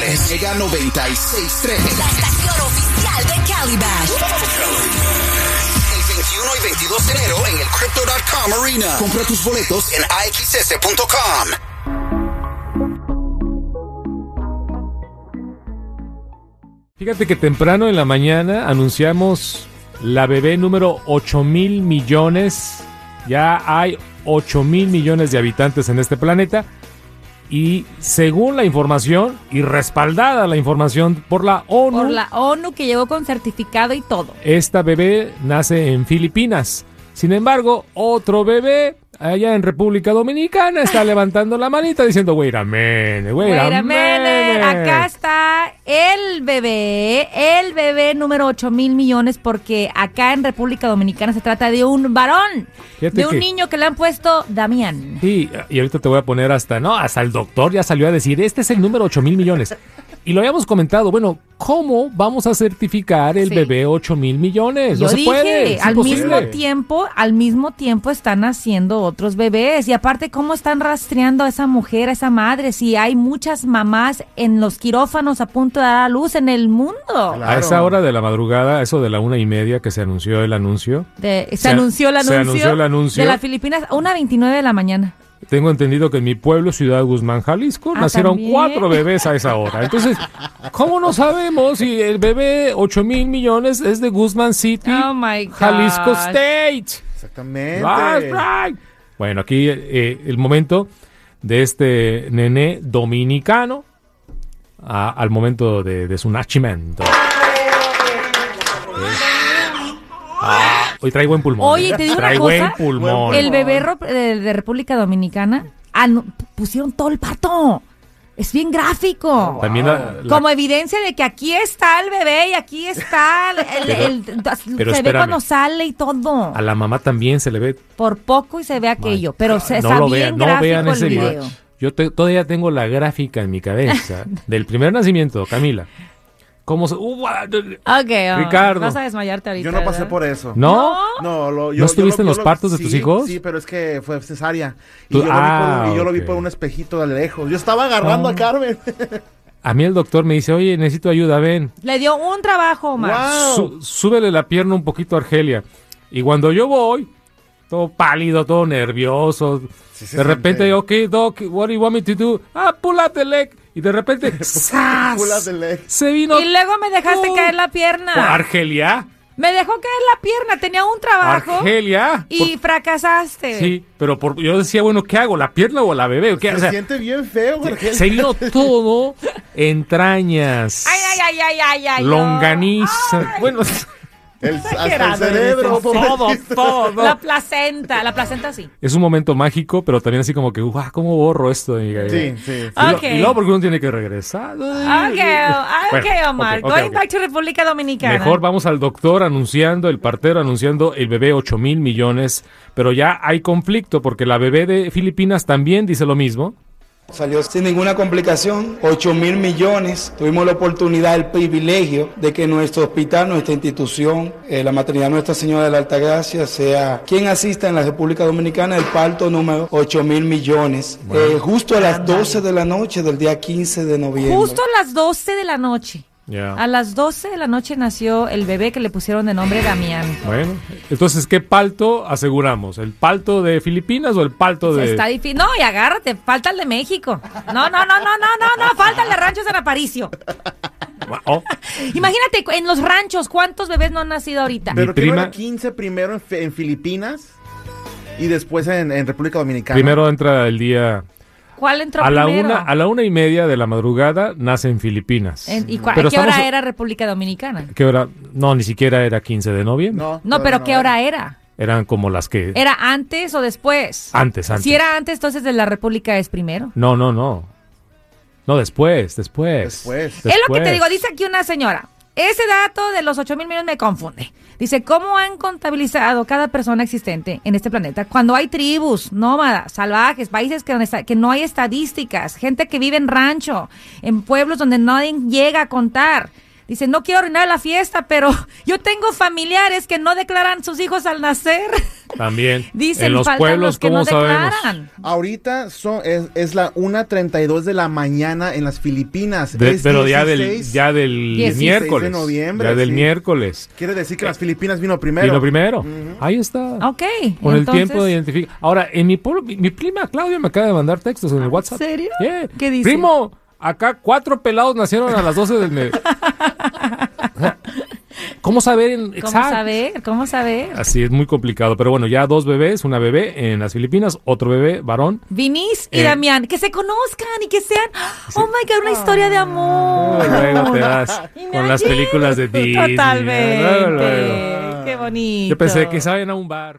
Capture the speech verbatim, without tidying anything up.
tres. Mega noventa y seis punto tres. La estación oficial de Calibash. El veintiuno y veintidós de enero en el Crypto punto com Arena. Compra tus boletos en A X S punto com. Fíjate que temprano en la mañana anunciamos la bebé número ocho mil millones. Ya hay ocho mil millones de habitantes en este planeta. Y según la información, y respaldada la información por la ONU, Por la ONU, que llegó con certificado y todo. esta bebé nace en Filipinas. Sin embargo, otro bebé allá en República Dominicana está levantando la manita diciendo, wait a minute, wait, Wait a a minute, acá está el bebé, el bebé número ocho mil millones, porque acá en República Dominicana se trata de un varón, Fíjate de un que- niño que le han puesto Damián. Sí, y ahorita te voy a poner hasta, no, hasta el doctor ya salió a decir, este es el número ocho mil millones. Y lo habíamos comentado, bueno, ¿cómo vamos a certificar el Sí. bebé ocho mil millones? Yo No se dije, puede, es al imposible. mismo tiempo, al mismo tiempo están haciendo otros bebés. Y aparte, ¿cómo están rastreando a esa mujer, a esa madre? Si hay muchas mamás en los quirófanos a punto de dar a luz en el mundo. A Claro. esa hora de la madrugada, eso de la una y media que se anunció el anuncio, De- se, Se- anunció el se anuncio, anunció el anuncio. de las Filipinas a una veintinueve de la mañana. tengo entendido que en mi pueblo, Ciudad Guzmán, Jalisco, Ah, nacieron ¿también? cuatro bebés a esa hora. Entonces, ¿cómo no sabemos si el bebé ocho mil millones es de Guzmán City, Oh my God. Jalisco State? Exactamente. That's right. Bueno, aquí eh, el momento de este nené dominicano a- al momento de, de su nacimiento. Ah, hoy trae buen pulmón. Oye, ¿eh? te digo una trae cosa, buen pulmón. El bebé ro- de, de República Dominicana anu- pusieron todo el parto. Es bien gráfico. También la- la- Como evidencia de que aquí está el bebé y aquí está el, el- el- pero se ve espérame. cuando sale y todo. a la mamá también se le ve. Por poco y se ve aquello, pero se, no está lo bien vean, no gráfico vean el ese video. video. Yo te- todavía tengo la gráfica en mi cabeza del primer nacimiento, Camila. ¿Cómo se...? Uh, Ok, oh, Ricardo. vas a desmayarte ahorita. Yo no pasé ¿verdad? por eso. ¿No? No, lo, yo, ¿No estuviste yo en lo- los yo lo- partos de tus sí, hijos? Sí, pero es que fue cesárea. Y, Tú- yo, lo vi ah, por, y yo lo vi ok. por un espejito de lejos. Yo estaba agarrando Oh. a Carmen. A mí el doctor me dice, oye, necesito ayuda, ven. Le dio un trabajo, Omar. Wow. Sú- súbele la pierna un poquito a Argelia. Y cuando yo voy, todo pálido, todo nervioso, Sí se de repente, siente. ok, doc, what do you want me to do? Ah, pull up the leg. Y de repente, ¡zas! Pull up the leg. Se vino... Y luego me dejaste Oh. caer la pierna. Argelia, Me dejó caer la pierna, tenía un trabajo Argelia. y fracasaste. Sí, pero por, yo decía, bueno, ¿qué hago? ¿La pierna o la bebé? ¿Qué? Se O sea, siente bien feo, Argelia. se vino todo, entrañas, Ay, ay, ay, ay, ay, ay. longaniza, bueno, El, hasta el exagerado cerebro. eres. Todo, pobrecito. todo. La placenta, la placenta sí. Es un momento mágico, pero también así como que, ¡guau! ¿Cómo borro esto? de mi cabeza? Sí, sí. Y, lo- Ok. y luego porque uno tiene que regresar. Ok, ok, Bueno, Omar. ok, ok, Going ok. back to República Dominicana. Mejor vamos al doctor anunciando, el partero anunciando el bebé ocho mil millones, pero ya hay conflicto porque la bebé de Filipinas también dice lo mismo. Salió sin ninguna complicación, ocho mil millones. Tuvimos la oportunidad, el privilegio de que nuestro hospital, nuestra institución, eh, la maternidad Nuestra Señora de la Altagracia, sea quien asista en la República Dominicana el parto número ocho mil millones. Eh, justo a las doce de la noche del día quince de noviembre. Justo a las doce de la noche. Ya. A las doce de la noche nació el bebé que le pusieron de nombre Damián. Bueno, entonces, ¿qué palto aseguramos? ¿El palto de Filipinas o el palto de...? Está difícil. No, y agárrate, falta el de México. No, no, no, no, no, no, no, falta el de Rancho San Aparicio. Oh, Imagínate, en los ranchos, ¿cuántos bebés no han nacido ahorita? Pero Mi que no prima- era quince primero en, Fe- en Filipinas y después en, en República Dominicana. primero entra el día... ¿Cuál entró A la, primero? una, a la una y media de la madrugada nace en Filipinas. En- ¿Y cua- Pero qué hora estamos- era República Dominicana? ¿Qué hora? No, ni siquiera era quince de noviembre. No, No, todavía pero ¿qué era. hora era? Eran como las que... ¿Era antes o después? Antes, antes. Si era antes, entonces de la República es primero. No, no, no. No, después, después. Después. Es lo que te Después. digo, dice aquí una señora. Ese dato de los ocho mil millones me confunde. Dice, ¿cómo han contabilizado cada persona existente en este planeta cuando hay tribus, nómadas, salvajes, países que, donde está- que no hay estadísticas, gente que vive en rancho, en pueblos donde nadie llega a contar? Dice, no quiero arruinar la fiesta, pero yo tengo familiares que no declaran sus hijos al nacer. También. Dicen, en los faltan pueblos, los que ¿cómo no sabemos? declaran. Ahorita son, es, es la una treinta y dos de la mañana en las Filipinas. De- Es pero ya del, dieciséis ya del dieciséis miércoles. de noviembre, ya del sí. miércoles. Quiere decir que las Filipinas vino primero. Vino primero. Ahí está. Ok. Con el entonces, tiempo identifica. Ahora, en mi pueblo, mi, mi prima Claudia me acaba de mandar textos en el WhatsApp. ¿En serio? Yeah. ¿Qué dice? Primo, acá cuatro pelados nacieron a las doce del mediodía. ¿Cómo saber en ¿Cómo exacto? saber? ¿Cómo saber? Así es muy complicado, pero bueno, ya dos bebés, una bebé en las Filipinas, otro bebé varón. Vinis y Eh. Damián, que se conozcan y que sean, oh my God, una historia de amor. Luego te das con las Imagine. películas de Disney. Totalmente. Luego, luego. Qué bonito. Yo pensé que se vayan a un bar.